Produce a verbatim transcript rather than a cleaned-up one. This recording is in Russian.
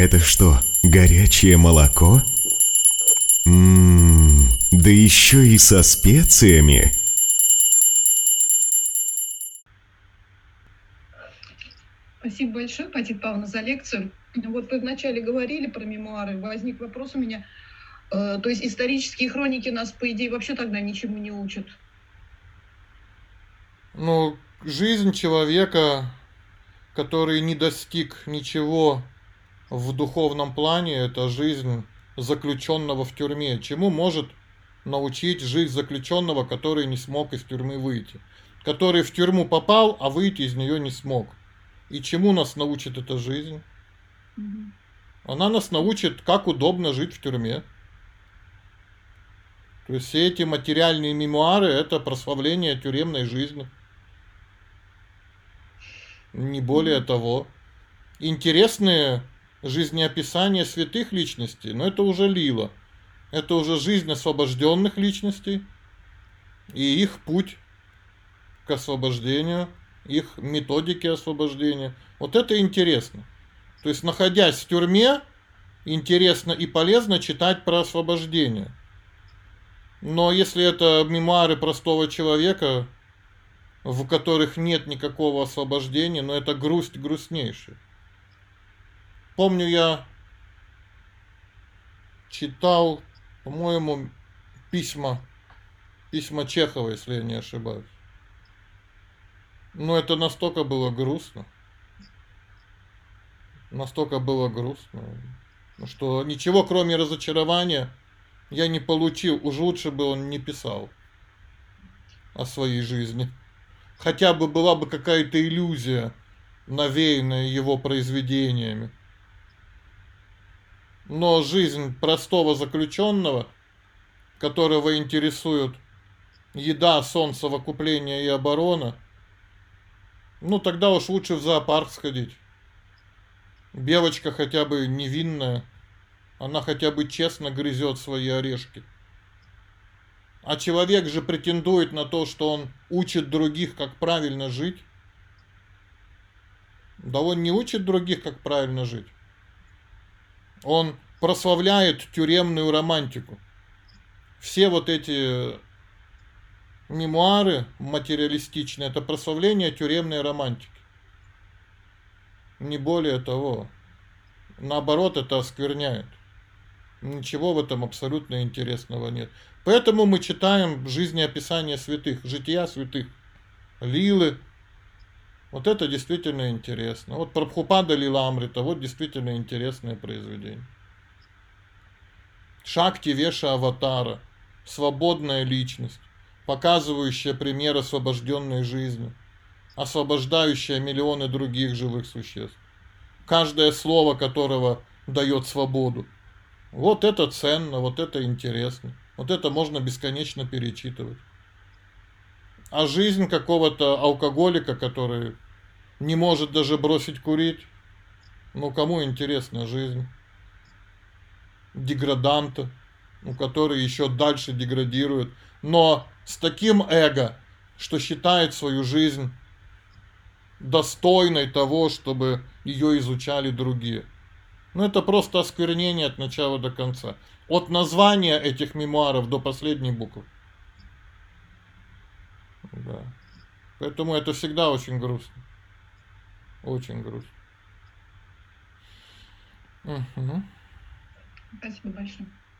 Это что, горячее молоко? Ммм, да еще и со специями. Спасибо большое, Патит Павловна, за лекцию. Вот вы вначале говорили про мемуары, возник вопрос у меня. Э, то есть исторические хроники нас, по идее, вообще тогда ничему не учат? Ну, жизнь человека, который не достиг ничего в духовном плане, это жизнь заключенного в тюрьме. Чему может научить жизнь заключенного, который не смог из тюрьмы выйти? Который в тюрьму попал, а выйти из нее не смог. И чему нас научит эта жизнь? Мгм. Она нас научит, как удобно жить в тюрьме. То есть все эти материальные мемуары – это прославление тюремной жизни. Не более Мгм. того. Интересные жизнеописания святых личностей, но это уже лила. Это уже жизнь освобожденных личностей и их путь к освобождению, их методики освобождения. Вот это интересно. То есть, находясь в тюрьме, интересно и полезно читать про освобождение. Но если это мемуары простого человека, в которых нет никакого освобождения, но это грусть грустнейшая. Помню, я читал, по-моему, письма, письма Чехова, если я не ошибаюсь. Но это настолько было грустно. Настолько было грустно, что ничего кроме разочарования я не получил. Уж лучше бы он не писал о своей жизни. Хотя бы была бы какая-то иллюзия, навеянная его произведениями. Но жизнь простого заключенного, которого интересует еда, сон, совокупление и оборона, ну тогда уж лучше в зоопарк сходить. Белочка хотя бы невинная, она хотя бы честно грызет свои орешки. А человек же претендует на то, что он учит других, как правильно жить. Да он не учит других, как правильно жить. Он прославляет тюремную романтику. Все вот эти мемуары материалистичные – это прославление тюремной романтики. Не более того. Наоборот, это оскверняет. Ничего в этом абсолютно интересного нет. Поэтому мы читаем жизнеописания святых, жития святых, лилы. Вот это действительно интересно. Вот Прабхупада Лиламрита, вот действительно интересное произведение. Шакти Веша Аватара, свободная личность, показывающая пример освобожденной жизни, освобождающая миллионы других живых существ, каждое слово которого дает свободу. Вот это ценно, вот это интересно. Вот это можно бесконечно перечитывать. А жизнь какого-то алкоголика, который не может даже бросить курить, ну кому интересна жизнь? Деграданта, ну, который еще дальше деградирует, но с таким эго, что считает свою жизнь достойной того, чтобы ее изучали другие. Ну, это просто осквернение от начала до конца. От названия этих мемуаров до последней буквы. Да. Поэтому это всегда очень грустно. Очень грустно. Угу. Спасибо большое.